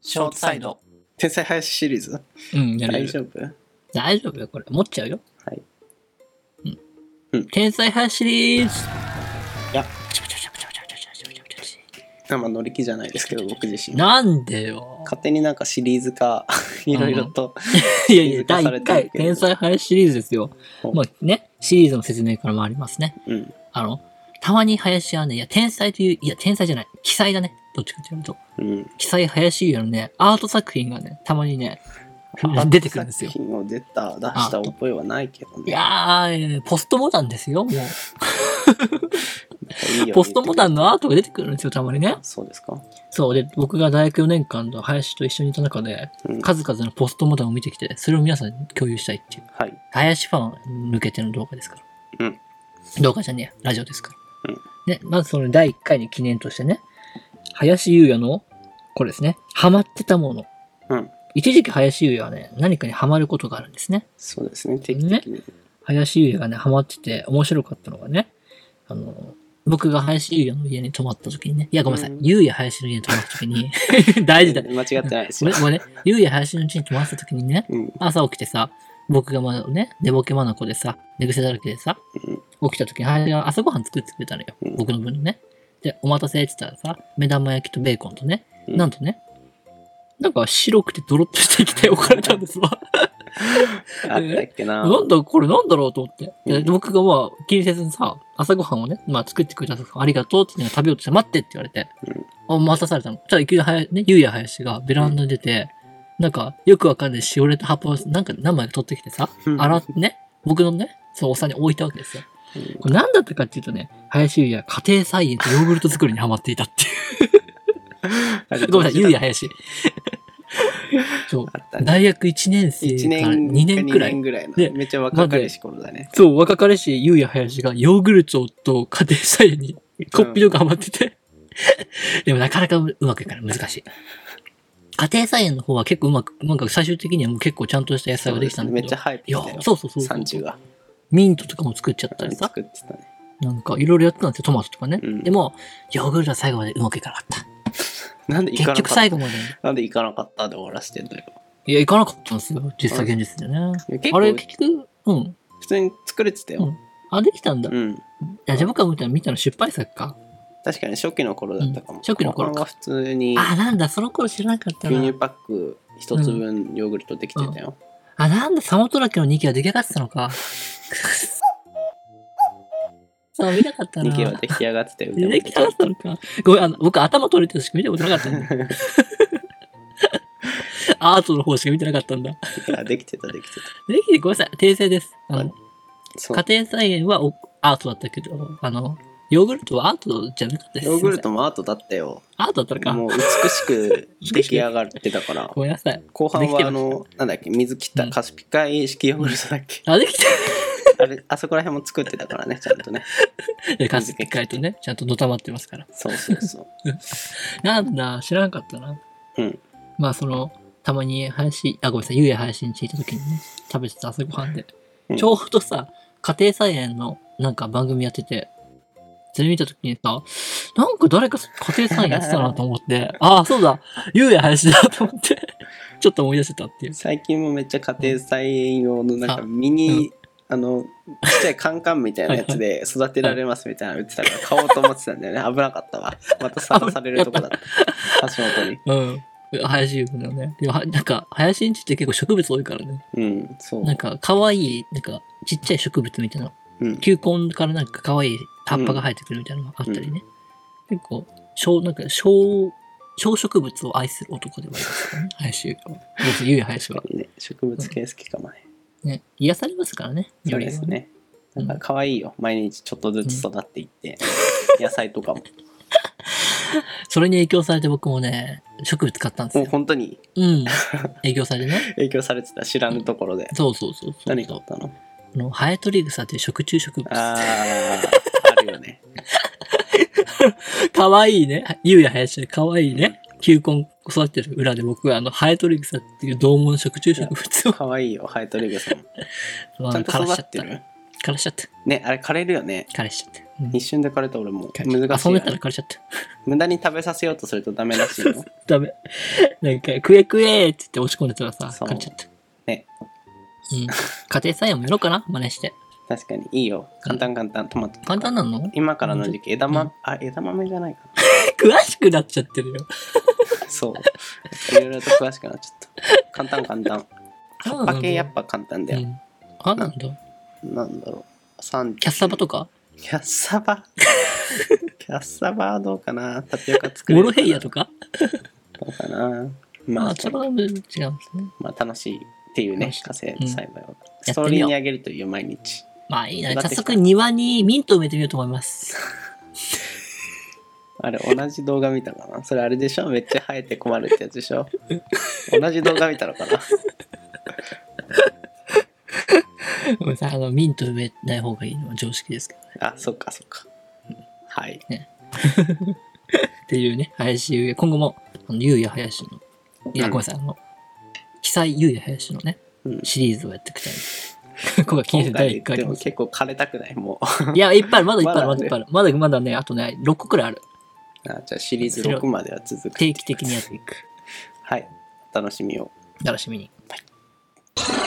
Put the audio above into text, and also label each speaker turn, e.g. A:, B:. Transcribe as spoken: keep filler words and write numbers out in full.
A: ショートサイド。
B: 天才林シリーズ
A: うん、やる
B: 大丈夫
A: 大丈夫よ、これ。持っちゃうよ。
B: はい。
A: うん。
B: うん、
A: 天才林シリーズ
B: いや、あんま乗り気じゃないですけど、僕自身。
A: なんでよ。
B: 勝手になんかシリーズ化、いろいろと、
A: うん、いやいや、だいいっかい、天才林シリーズですよ。まあね、シリーズの説明からもありますね。
B: うん。
A: あの、たまに林はね、いや、天才という、いや、天才じゃない、奇才だね。どっちかというと。うん。奇才林優のね、アート作品がね、たまにね、出てくるんですよ。
B: 作品を出た、出した覚えはないけどね。
A: いやー、ポストモダンですよ、もう。いいポストモダンのアートが出てくるんですよ、たまにね。
B: そうですか。
A: そう。で、僕が大学よねんかんの林と一緒にいた中で、うん、数々のポストモダンを見てきて、それを皆さんに共有したいっていう。はい。林ファン向けての動画ですから。うん。動画じゃねえ、ラジオですから。うん。ね、まずそのだいいっかいに記念としてね、林優也の、これですね、ハマってたもの。うん。一時期林優也はね、何かにハマることがあるんですね。
B: そうですね、定期的に。ね、
A: 林優也がね、ハマってて面白かったのがね、あの、僕が林優也の家に泊まった時にね、いやごめんなさい、優也林の家に泊まった時に、大事だ。
B: 間違ってないですよ。
A: ごめんね、優也林の家に泊まった時にね、うん、朝起きてさ、僕がまだね、寝ぼけまなこでさ、寝癖だらけでさ、うん、起きた時に林が朝ごはん作ってくれたのよ、うん、僕の分のね。で、お待たせって言ったらさ、目玉焼きとベーコンとね、うん、なんとね、なんか白くてドロッとした液体置かれたんですわ。
B: あったっけな。
A: なんだこれなんだろうと思って。で僕がまあ気にせずにさ、朝ごはんをね、まあ作ってくれたありがとうって言って食べようとして待ってって言われて、うん、あ、待たされたの。じゃあいきなりはや、ね、ゆうやはやしがベランダに出て、うん、なんかよくわかんないしおれた葉っぱをなんか何枚か取ってきてさ、洗ってね、僕のね、そうお皿に置いたわけですよ。これ何だったかっていうとね、林ゆうや家庭菜園とヨーグルト作りにハマっていたっていう。ごめんなさい、ゆうやはやし。そう、ね、大学いちねん生からにねんくらい。
B: にねんぐらいの。めっちゃ若かりし頃だね。
A: そう、若かりしゆうやはやしがヨーグルトと家庭菜園にこっぴどくハマってて。うん、でもなかなかうまくいかない。難しい。家庭菜園の方は結構うまく、なんか最終的にはもう結構ちゃんとした野菜ができたんだけど。
B: めっちゃ生えてきたよ。
A: そうそうそう。
B: 産地が。
A: ミントとかも作っちゃったりさ。
B: 作ってたね。
A: なんかいろいろやってたんですよ、トマトとかね。うん、でも、ヨーグルトは最後までうまくいかなかった。
B: なんで行かなかった
A: 結局最後まで。
B: なんで行かなかったで終わらせてんだよ。
A: いや、行かなかったんですよ。実際現実でね。あれ、結局、うん。
B: 普通に作れてたよ。うん、
A: あ、できたんだ。うん。いや、じゃあ僕が見た見たの失敗作か。
B: 確かに初期の頃だったかも。うん、
A: 初期の頃か。
B: 普通に。
A: あ、なんだ、その頃知らなかったな。
B: 牛乳パック一つ分ヨーグルトできてたよ。
A: うん、あ、なんだ、サモトラケのにきは出来上がってたのか。そう、見なかったな。
B: にきは出来上がってたよ。
A: 出来上がったのか。ごめん、あの、僕頭取れてるしか見たことなかったんだ。アートの方しか見てなかったんだ。
B: いや、できてた、できて
A: た。できて、ごめんなさい、訂正です。あの、家庭菜園はアートだったけど、あの、ヨーグルトはアートじゃなかったです。
B: ヨーグルトもアートだったよ。
A: アートだったのか。
B: もう美しく出来上がってたから。
A: ごめんなさい。
B: 後半はあの、なんだっけ、水切ったカスピ海式ヨーグルトだっけ。
A: あ、できて
B: あれ、あそこら辺も作ってたからね、ちゃんとね。
A: カスピ海とね、ちゃんとのたまってますから。
B: そうそうそう。
A: なんだ、知らなかったな。うん。まあ、その、たまに林、あ、ごめんなさい、ゆうや林に着いた時にね、食べてた朝ごはんで、うん、ちょうどさ、家庭菜園のなんか番組やってて、それ見た時にさ、なんか誰か家庭菜園やってたなと思って、ああ、そうだ、ゆうや林だと思って、ちょっと思い出せたっていう。
B: 最近もめっちゃ家庭菜園用のなんかミニ、あ, うん、あの、ちっちゃいカンカンみたいなやつで育てられますみたいなの言ってたから買おうと思ってたんだよね。危なかったわ。また探されるとこだった。足元に。
A: うん。林優子だよね。でも、なんか、林んちって結構植物多いからね。
B: うん、そう。
A: なんか、可愛い、なんか、ちっちゃい植物みたいな。うん。球根からなんか可愛い葉っぱが生えてくるみたいなのがあったりね。うん、結構、小、なんか、小、小植物を愛する男でもありますからね。林優子は。ゆうや林は。
B: ね、植物系好きかもね。
A: うん、ね。癒されますからね。
B: そうですね。なんか可愛いよ。毎日ちょっとずつ育っていって。うん、野菜とかも。
A: それに影響されて僕もね、植物買ったんですよ。
B: もう本当に
A: うん。影響されてね。
B: 影響されてた、知らぬところで。
A: そうそうそうそう。
B: 何買ったの？
A: あの、ハエトリグサっていう食虫植物。
B: ああ、あるよね。
A: かわいいね。ゆうや林でかわいいね。球根育ててる裏で僕はあの、ハエトリグサっていう同門の食虫植物を。
B: かわいいよ、ハエトリグサも。ちゃんと育ってる？
A: 枯らしちゃった。
B: ね、あれ枯れるよね。
A: 枯れしちゃった。 うん
B: 一瞬で枯れた俺もう難しい
A: 遊んで
B: な
A: たら枯れちゃった。
B: 無駄に食べさせようとするとダメらしいよ
A: ダメ。なんか、食え食えって言って押し込んでたらさ、
B: そう
A: 枯れちゃった。
B: ね。
A: うん。家庭菜園もやろうかな真似して。
B: 確かにいいよ簡単簡単トマト
A: 簡単なの
B: 今からの時期枝豆、
A: うん
B: あ枝豆じゃないか
A: 詳しくなっちゃってるよ。
B: なそういろいろと詳しくなっちゃった簡単簡単葉っぱ系やっぱ簡単だよ、
A: うん。あ、なんだ。
B: なんだろうサン
A: キャッサバとか
B: キャッサバキャッサバはどうかなタピオカ作れるかな
A: モロヘイヤとか
B: どうかな
A: まあ、
B: まあ
A: それは違うんですね。
B: まあ楽しいっていうね
A: 楽しい
B: 家庭栽培を、
A: うん
B: ストーリーにあげるという毎日
A: まあいいな。
B: 育ってきた
A: 早速庭にミントを埋めてみようと思います。
B: あれ同じ動画見たかなそれあれでしょめっちゃ生えて困るってやつでしょ同じ動画見たのかな
A: ごめんなさい。あの、ミント埋めない方がいいのは常識ですけどね。
B: あそっかそっかはい
A: っていうね、林ゆうや、今後も、あの、ゆうや林の、いや、
B: うん
A: ごめんなさい、あの、記載ゆうや林のね、
B: うん
A: シリーズをやっていきたいです。ここが記念
B: 今回
A: するだいいっかい
B: でも結構枯れたくないもう
A: いや、いっぱいある、まだいっぱいある、
B: まだね
A: まだいっぱいある。まだまだね、あとね、ろっこくらいある。
B: あじゃあシリーズろくまでは続く
A: 定期的にやっていく。
B: はいお楽しみを
A: 楽しみに。